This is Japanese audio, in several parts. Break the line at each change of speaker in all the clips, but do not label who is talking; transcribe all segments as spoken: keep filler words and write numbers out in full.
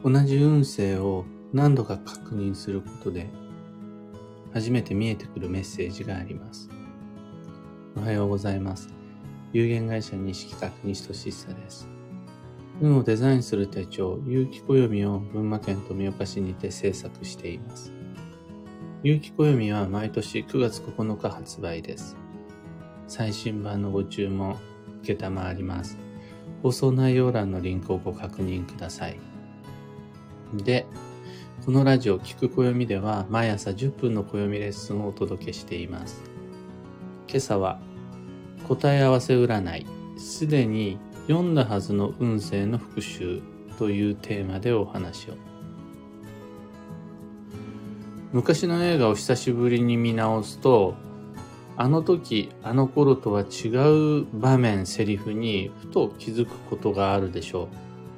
同じ運勢を何度か確認することで初めて見えてくるメッセージがあります。おはようございます。有限会社西企画西俊久です。運をデザインする手帳有機暦を群馬県富岡市にて制作しています。有機暦は毎年くがつここのか発売です。最新版のご注文受けたまわります。放送内容欄のリンクをご確認ください。で、このラジオ聞く暦では毎朝じゅっぷんの暦レッスンをお届けしています。今朝は答え合わせ占い、すでに読んだはずの運勢の復習というテーマでお話を。昔の映画を久しぶりに見直すと、あの時あの頃とは違う場面セリフにふと気づくことがあるでしょう。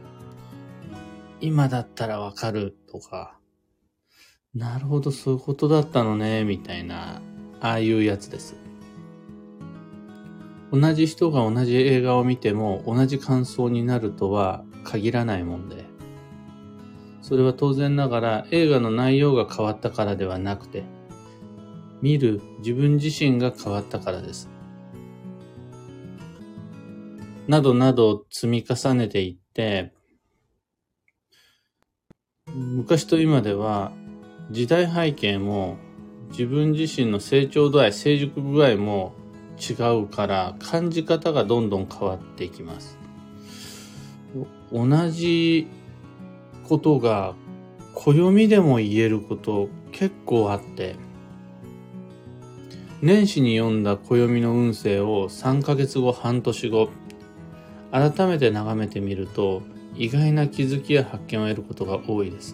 今だったらわかるとか、なるほどそういうことだったのねみたいな、ああいうやつです。同じ人が同じ映画を見ても同じ感想になるとは限らないもんで、それは当然ながら映画の内容が変わったからではなくて、見る自分自身が変わったからです。などなど積み重ねていって、昔と今では時代背景も自分自身の成長度合い、成熟具合も違うから感じ方がどんどん変わっていきます。同じことが暦でも言えること結構あって、年始に読んだ暦の運勢をさんかげつご、半年後、改めて眺めてみると意外な気づきや発見を得ることが多いです。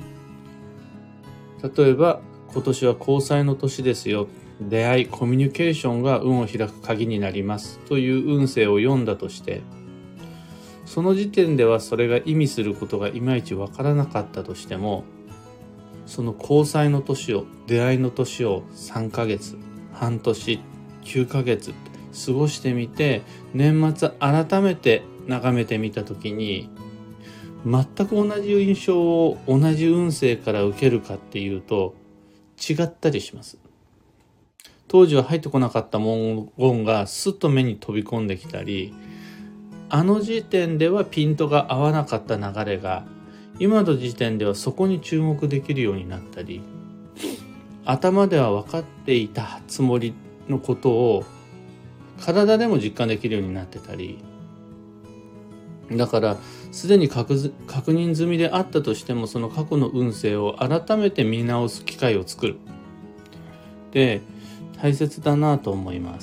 例えば、今年は交際の年ですよ。出会い、コミュニケーションが運を開く鍵になりますという運勢を読んだとして、その時点ではそれが意味することがいまいちわからなかったとしても、その交際の年を、出会いの年をさんかげつ、半年、きゅうかげつ過ごしてみて、年末改めて眺めてみたときに、全く同じ印象を同じ運勢から受けるかっていうと違ったりします。当時は入ってこなかった文言がスッと目に飛び込んできたり、あの時点ではピントが合わなかった流れが今の時点ではそこに注目できるようになったり、頭では分かっていたつもりのことを体でも実感できるようになってたり、だからすでに 確, 確認済みであったとしても、その過去の運勢を改めて見直す機会を作るで大切だなと思います。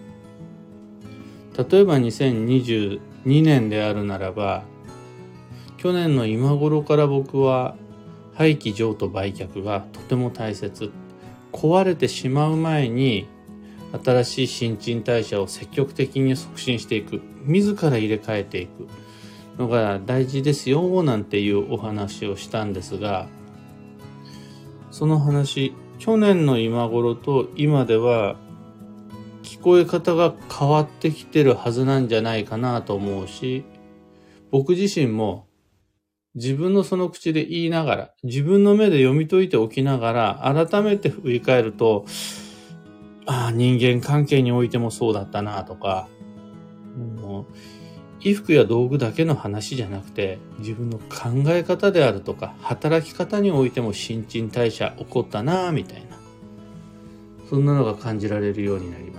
例えばにせんにじゅうにねんであるならば、去年の今頃から僕は廃棄譲渡売却がとても大切、壊れてしまう前に新しい新陳代謝を積極的に促進していく、自ら入れ替えていくのが大事ですよなんていうお話をしたんですが、その話、去年の今頃と今では聞こえ方が変わってきてるはずなんじゃないかなと思うし、僕自身も自分のその口で言いながら、自分の目で読み解いておきながら改めて振り返ると、ああ、人間関係においてもそうだったなとか、もう衣服や道具だけの話じゃなくて、自分の考え方であるとか働き方においても新陳代謝起こったなみたいな、そんなのが感じられるようになります。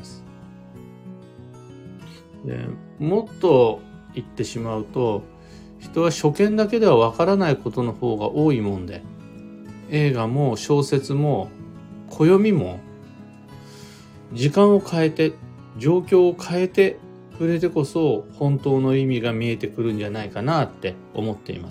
で、もっと言ってしまうと、人は初見だけではわからないことの方が多いもんで、映画も小説も暦も時間を変えて、状況を変えて触れてこそ本当の意味が見えてくるんじゃないかなって思っています。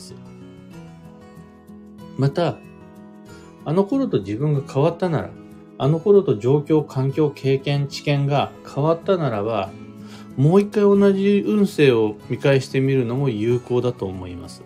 また、あの頃と自分が変わったなら、あの頃と状況、環境、経験、知見が変わったならば、もう一回同じ運勢を見返してみるのも有効だと思います。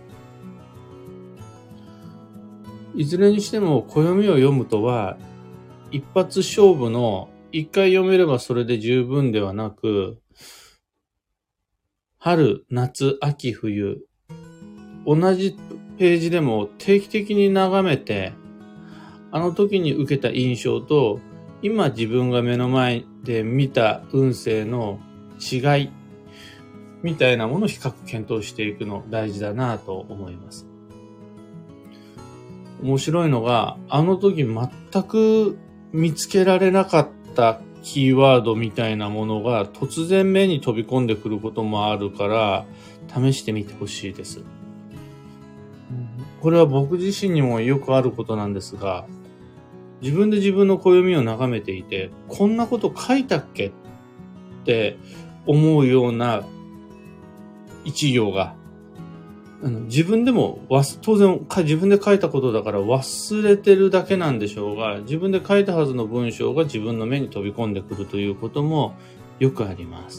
いずれにしても暦を読むとは、一発勝負の一回読めればそれで十分ではなく、春、夏、秋、冬、同じページでも定期的に眺めて、あの時に受けた印象と今自分が目の前で見た運勢の違いみたいなものを比較検討していくの大事だなと思います。面白いのが、あの時全く見つけられなかったキーワードみたいなものが突然目に飛び込んでくることもあるから試してみてほしいです。これは僕自身にもよくあることなんですが、自分で自分の暦を眺めていて、こんなこと書いたっけって思うような一行が、あの自分でも当然自分で書いたことだから忘れてるだけなんでしょうが、自分で書いたはずの文章が自分の目に飛び込んでくるということもよくあります。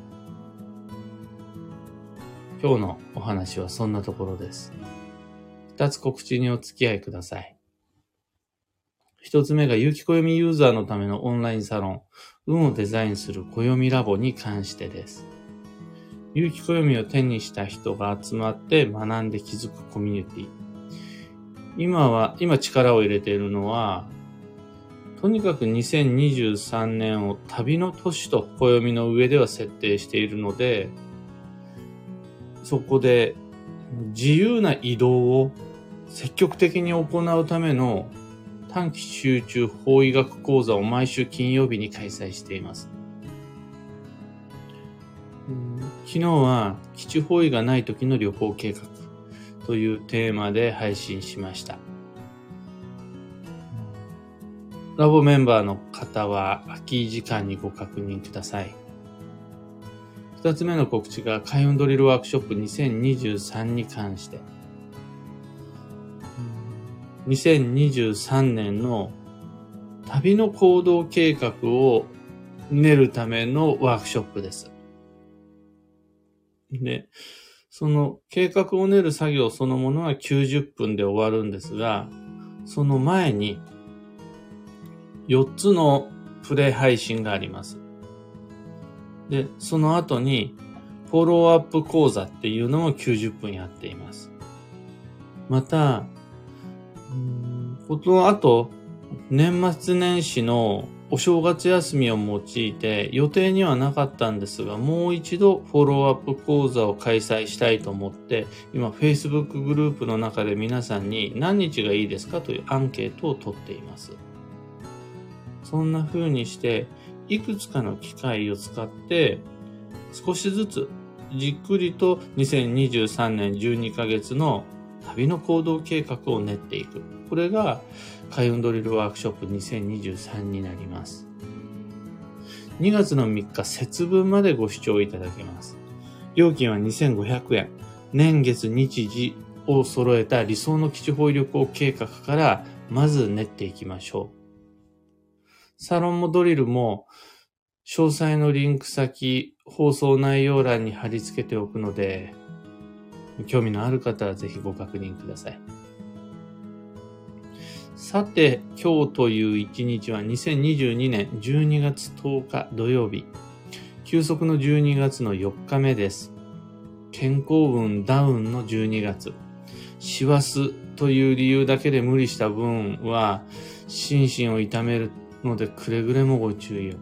今日のお話はそんなところです。二つ告知にお付き合いください。一つ目が有機暦ユーザーのためのオンラインサロン、運をデザインする暦ラボに関してです。有機暦を手にした人が集まって学んで気づくコミュニティ。今は、今力を入れているのは、とにかくにせんにじゅうさんねんを旅の年と暦の上では設定しているので、そこで自由な移動を積極的に行うための短期集中法医学講座を毎週金曜日に開催しています。昨日は基地方位がない時の旅行計画というテーマで配信しました。ラボメンバーの方は空き時間にご確認ください。二つ目の告知が開運ドリルワークショップにせんにじゅうさんに関して。にせんにじゅうさんねんの旅の行動計画を練るためのワークショップです。で、その計画を練る作業そのものはきゅうじゅっぷんで終わるんですが、その前によっつのプレイ配信があります。で、その後にフォローアップ講座っていうのもきゅうじゅっぷんやっています。また、この後、年末年始のお正月休みを用いて予定にはなかったんですが、もう一度フォローアップ講座を開催したいと思って、今 Facebook グループの中で皆さんに何日がいいですかというアンケートを取っています。そんな風にして、いくつかの機会を使って、少しずつじっくりとにせんにじゅうさんねんじゅうにかげつの旅の行動計画を練っていく。これが開運ドリルワークショップにせんにじゅうさんになります。にがつのみっか節分までご視聴いただけます。料金はにせんごひゃくえん。年月日時を揃えた理想の基地方位旅行計画からまず練っていきましょう。サロンもドリルも詳細のリンク先、放送内容欄に貼り付けておくので、興味のある方はぜひご確認ください。さて、今日という一日はにせんにじゅうにねんじゅうにがつとおか土曜日。休息のじゅうにがつのよっかめです。健康運ダウンのじゅうにがつ。師走という理由だけで無理した分は、心身を痛めるのでくれぐれもご注意を。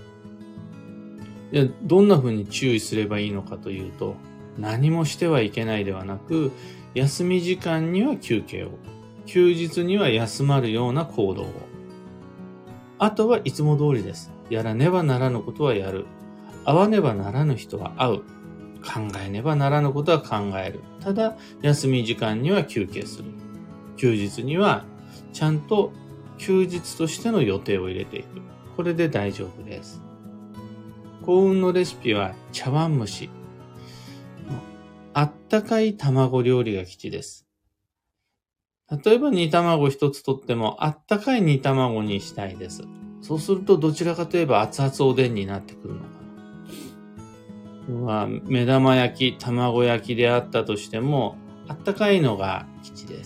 で、どんな風に注意すればいいのかというと、何もしてはいけないではなく、休み時間には休憩を、休日には休まるような行動を。あとはいつも通りです。やらねばならぬことはやる。会わねばならぬ人は会う。考えねばならぬことは考える。ただ、休み時間には休憩する。休日にはちゃんと休日としての予定を入れていく。これで大丈夫です。幸運のレシピは茶碗蒸し。あったかい卵料理が吉です。例えば煮卵一つとってもあったかい煮卵にしたいです。そうするとどちらかといえば熱々おでんになってくるのかな。は目玉焼き、卵焼きであったとしてもあったかいのが吉です。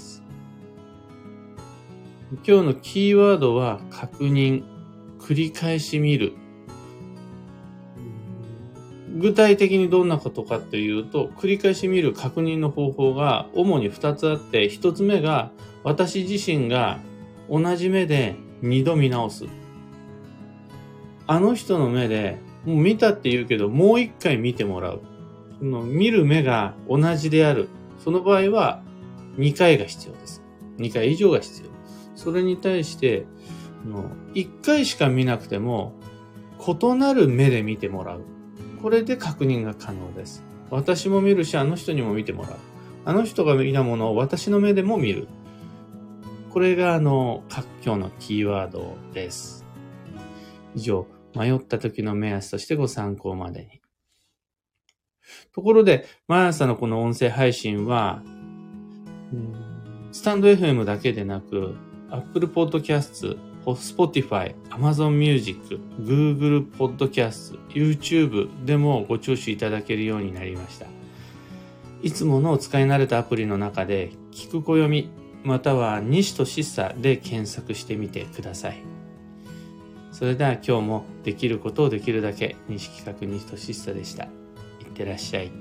今日のキーワードは確認、繰り返し見る。 具体的にどんなことかというと、繰り返し見る確認の方法が主にふたつあって、ひとつめが私自身が同じ目でにど見直す。あの人の目でもう見たって言うけど、もう一回見てもらう。その見る目が同じである。その場合はにかいが必要です。にかい以上が必要。それに対して、いっかいしか見なくても異なる目で見てもらう。これで確認が可能です。私も見るし、あの人にも見てもらう。あの人が見たものを私の目でも見る。これがあの、今日のキーワードです。以上、迷った時の目安としてご参考までに。ところで、毎朝のこの音声配信は、スタンド エフエム だけでなく、Apple Podcast、Spotify、Amazon Music、Google Podcast、YouTube でもご聴取いただけるようになりました。いつもの使い慣れたアプリの中で、聞く暦または西としっさで検索してみてください。それでは今日もできることをできるだけ、西企画西としっさでした。いってらっしゃい。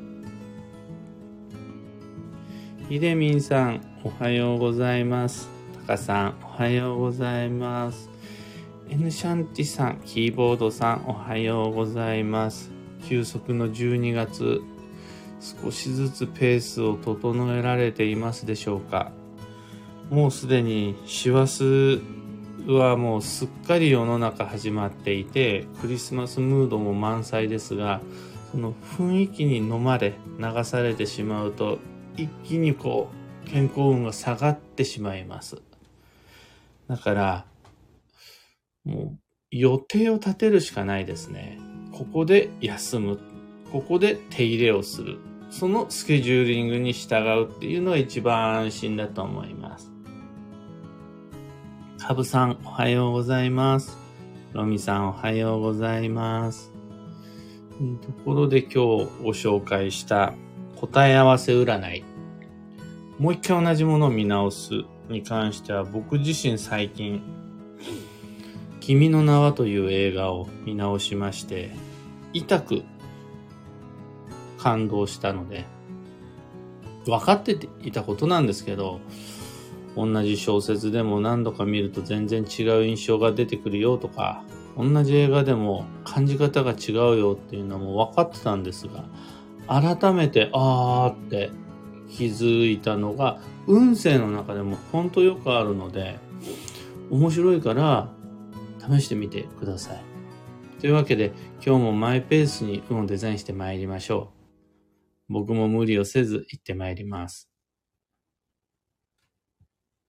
ひでみんさん、おはようございます。たかさん、おはようございます。エヌシャンティさん、キーボードさん、おはようございます。休息のじゅうにがつ、少しずつペースを整えられていますでしょうか。もうすでに師走はもうすっかり世の中始まっていて、クリスマスムードも満載ですが、その雰囲気に飲まれ流されてしまうと、一気にこう健康運が下がってしまいます。だからもう予定を立てるしかないですね。ここで休む、ここで手入れをする、そのスケジューリングに従うっていうのが一番安心だと思います。かぶさん、おはようございます。ロミさん、おはようございます。ところで今日ご紹介した答え合わせ占い、もう一回同じものを見直すに関しては、僕自身最近君の名はという映画を見直しまして、痛く感動したので、分かっていたことなんですけど、同じ小説でも何度か見ると全然違う印象が出てくるよとか、同じ映画でも感じ方が違うよっていうのも分かってたんですが、改めてあーって気づいたのが運勢の中でも本当よくあるので、面白いから試してみてください。というわけで今日もマイペースに運をデザインしてまいりましょう。僕も無理をせず行ってまいります。